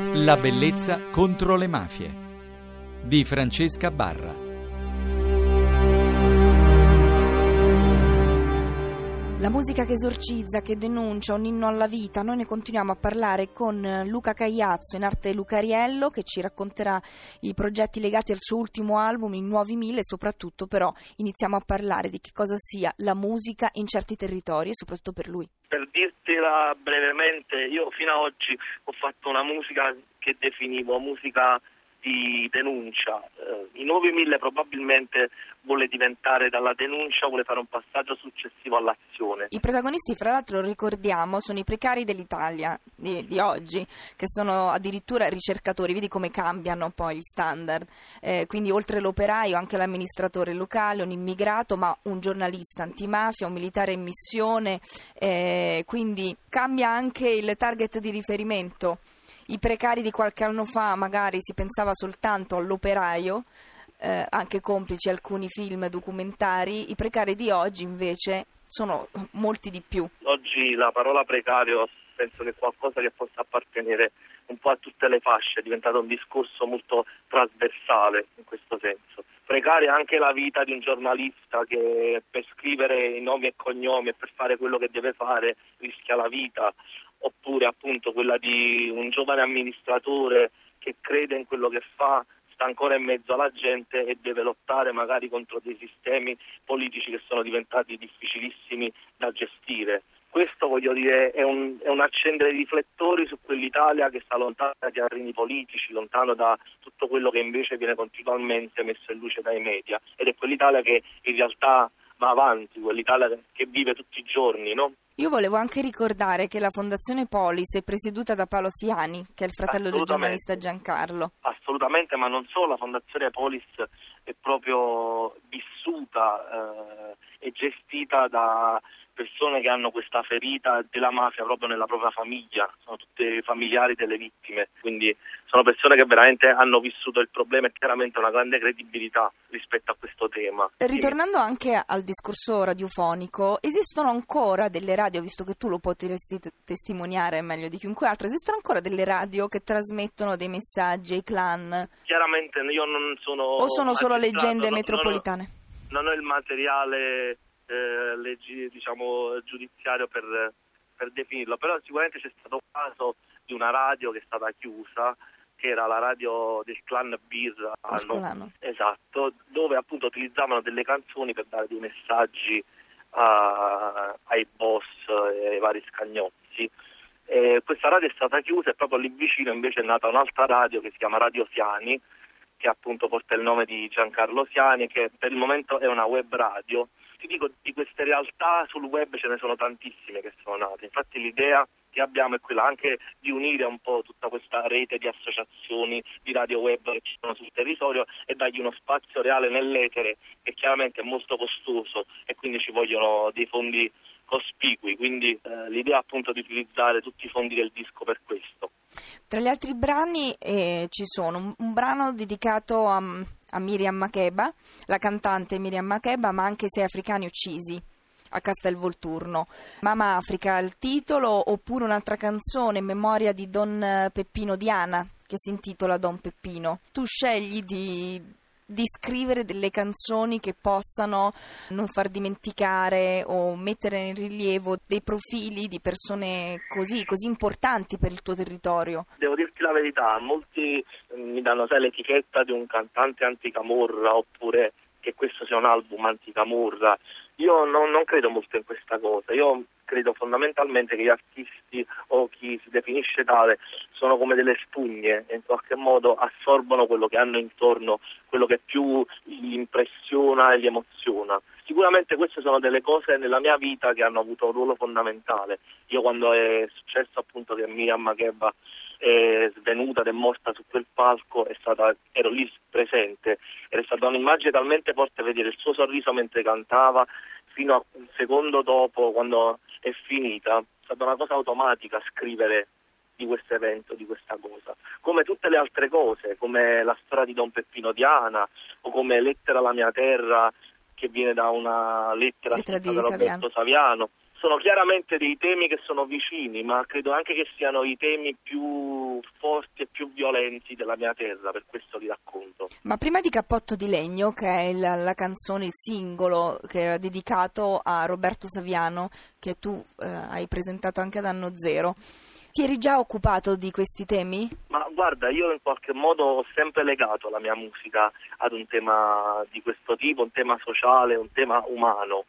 La bellezza contro le mafie di Francesca Barra. La musica che esorcizza, che denuncia, un inno alla vita. Noi ne continuiamo a parlare con Luca Cagliazzo, in arte Lucariello, che ci racconterà i progetti legati al suo ultimo album, I Nuovi Mille, e soprattutto però iniziamo a parlare di che cosa sia la musica in certi territori e soprattutto per lui. Per dirtela brevemente, io fino ad oggi ho fatto una musica che definivo musica di denuncia. I Nuovi Mille probabilmente vuole diventare dalla denuncia, vuole fare un passaggio successivo all'azione. I protagonisti, fra l'altro, ricordiamo, sono i precari dell'Italia di oggi, che sono addirittura ricercatori. Vedi come cambiano poi gli standard. Quindi oltre l'operaio anche l'amministratore locale, un immigrato, ma un giornalista antimafia, un militare in missione, quindi cambia anche il target di riferimento. I precari di qualche anno fa magari si pensava soltanto all'operaio, anche complici alcuni film documentari. I precari di oggi invece sono molti di più. Oggi la parola precario penso che è qualcosa che possa appartenere un po' a tutte le fasce, è diventato un discorso molto trasversale in questo senso. Precaria anche la vita di un giornalista che per scrivere i nomi e cognomi e per fare quello che deve fare rischia la vita, oppure appunto quella di un giovane amministratore che crede in quello che fa, sta ancora in mezzo alla gente e deve lottare magari contro dei sistemi politici che sono diventati difficilissimi da gestire. Questo, voglio dire, è un accendere i riflettori su quell'Italia che sta lontana dai terreni politici, lontano da tutto quello che invece viene continuamente messo in luce dai media, ed è quell'Italia che in realtà va avanti, quell'Italia che vive tutti i giorni, no? Io volevo anche ricordare che la Fondazione Polis è presieduta da Paolo Siani, che è il fratello del giornalista Giancarlo. Assolutamente, ma non solo, la Fondazione Polis è proprio vissuta e gestita da persone che hanno questa ferita della mafia proprio nella propria famiglia, sono tutti familiari delle vittime, quindi sono persone che veramente hanno vissuto il problema e chiaramente una grande credibilità rispetto a questo tema. Ritornando anche al discorso radiofonico, esistono ancora delle radio, visto che tu lo potresti testimoniare meglio di chiunque altro, esistono ancora delle radio che trasmettono dei messaggi ai clan? Chiaramente io non sono... O sono solo leggende metropolitane? Non ho il materiale giudiziario per definirlo, però sicuramente c'è stato un caso di una radio che è stata chiusa, che era la radio del clan Birra, esatto, dove appunto utilizzavano delle canzoni per dare dei messaggi ai boss e ai vari scagnozzi. Questa radio è stata chiusa e proprio lì vicino invece è nata un'altra radio che si chiama Radio Siani, che appunto porta il nome di Giancarlo Siani, che per il momento è una web radio. Ti dico, di queste realtà sul web ce ne sono tantissime che sono nate, infatti l'idea che abbiamo è quella anche di unire un po' tutta questa rete di associazioni di radio web che ci sono sul territorio e dargli uno spazio reale nell'etere, che chiaramente è molto costoso e quindi ci vogliono dei fondi cospicui, quindi l'idea appunto di utilizzare tutti i fondi del disco per questo. Tra gli altri brani ci sono un brano dedicato a Miriam Makeba, la cantante Miriam Makeba, ma anche 6 africani uccisi a Castelvolturno. Mama Africa il titolo, oppure un'altra canzone in memoria di Don Peppino Diana che si intitola Don Peppino. Tu scegli di scrivere delle canzoni che possano non far dimenticare o mettere in rilievo dei profili di persone così importanti per il tuo territorio. Devo dirti la verità, molti mi danno l'etichetta di un cantante anticamorra oppure che questo sia un album anticamorra. Io non credo molto in questa cosa, io credo fondamentalmente che gli artisti o chi si definisce tale sono come delle spugne e in qualche modo assorbono quello che hanno intorno, quello che più gli impressiona e gli emoziona. Sicuramente queste sono delle cose nella mia vita che hanno avuto un ruolo fondamentale. Io quando è successo appunto che Miriam Makeba è svenuta ed è morta su quel palco, ero lì presente ed è stata un'immagine talmente forte vedere il suo sorriso mentre cantava fino a un secondo dopo quando è finita. È stata una cosa automatica scrivere di questo evento, di questa cosa, come tutte le altre cose, come la storia di Don Peppino Diana o come Lettera alla mia terra, che viene da una lettera di Roberto Saviano. sono chiaramente dei temi che sono vicini, ma credo anche che siano i temi più forti e più violenti della mia terra, per questo li racconto. Ma prima di Cappotto di Legno, che è la canzone, il singolo che era dedicato a Roberto Saviano, che tu hai presentato anche ad Anno Zero, ti eri già occupato di questi temi? Ma guarda, io in qualche modo ho sempre legato la mia musica ad un tema di questo tipo, un tema sociale, un tema umano.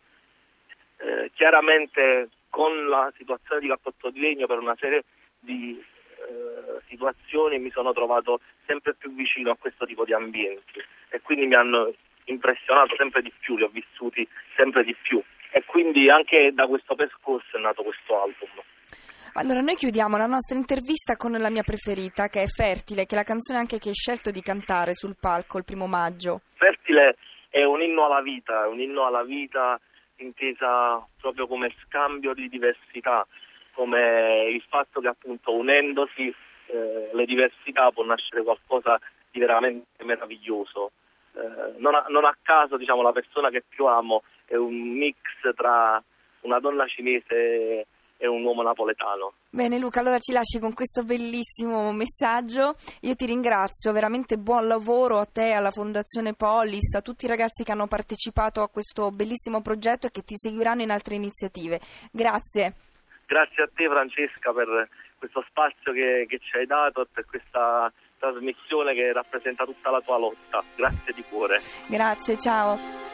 Chiaramente con la situazione di Cappotto di Legno, per una serie di situazioni, mi sono trovato sempre più vicino a questo tipo di ambienti e quindi mi hanno impressionato sempre di più, li ho vissuti sempre di più e quindi anche da questo percorso è nato questo album. Allora, noi chiudiamo la nostra intervista con la mia preferita, che è Fertile, che è la canzone anche che hai scelto di cantare sul palco il 1 maggio. Fertile è un inno alla vita intesa proprio come scambio di diversità, come il fatto che appunto unendosi le diversità può nascere qualcosa di veramente meraviglioso. Non a caso, diciamo, la persona che più amo è un mix tra una donna cinese e un uomo napoletano. Bene Luca, allora ci lasci con questo bellissimo messaggio. Io ti ringrazio, veramente buon lavoro a te, alla Fondazione Polis, a tutti i ragazzi che hanno partecipato a questo bellissimo progetto e che ti seguiranno in altre iniziative. Grazie. Grazie a te Francesca per questo spazio che ci hai dato e per questa trasmissione che rappresenta tutta la tua lotta. Grazie di cuore. Grazie, ciao.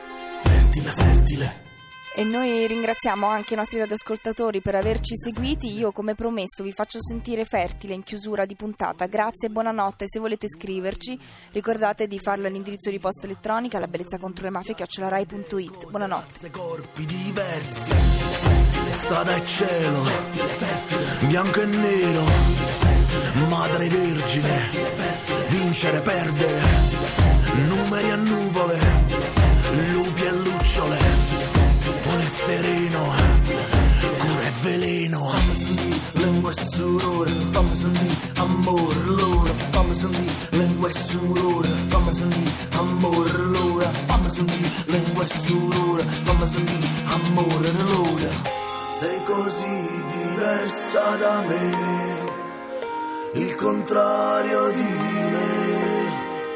Fertile. E noi ringraziamo anche i nostri radioascoltatori per averci seguiti. Io, come promesso, vi faccio sentire Fertile in chiusura di puntata. Grazie e buonanotte. Se volete scriverci, ricordate di farlo all'indirizzo di posta elettronica labellezzacontrollemafie@rai.it. Buonanotte. Corpi diversi, strada e cielo, bianco e nero, madre vergine, vincere, perdere, numeri a nuvole, lupi e lucciole. Buono e sereno, cura e veleno. Fammi sentire lingua e sudore, fammi sentire amore loro. Fammi sentire lingua e sudore, fammi sentire amore loro. Fammi sentire lingua e sudore, fammi sentire amore loro. Sei così diversa da me, il contrario di me,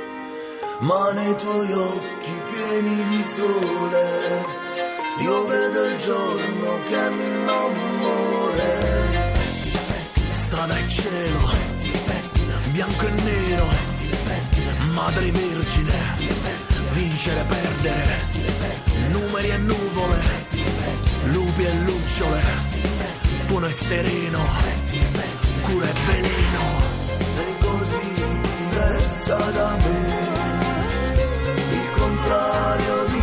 ma nei tuoi occhi pieni di sole io vedo il giorno che non muore. Strada e cielo, bianco e nero, madre vergine, vincere, perdere, numeri e nuvole, lupi e lucciole, tuono e sereno, cura e veleno. Sei così diversa da me, il contrario di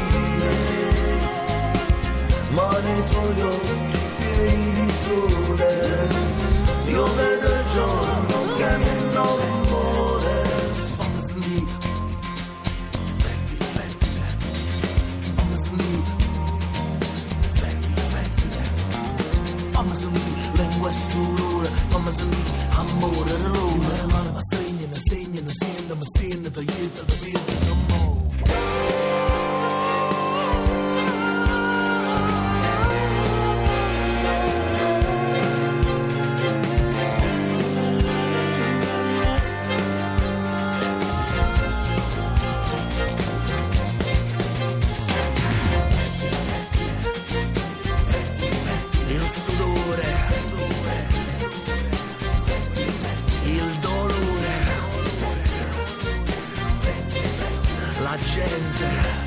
ma nei tuoi occhi pieni di sole io vedo il giorno che non muore. Fammi sentire, fammi sentire, fammi sentire lingua e sudore, fammi sentire amore l'ora. Le mani mi stringono, segnano, siendo, mi stiano, togliete da vita, non muore. La gente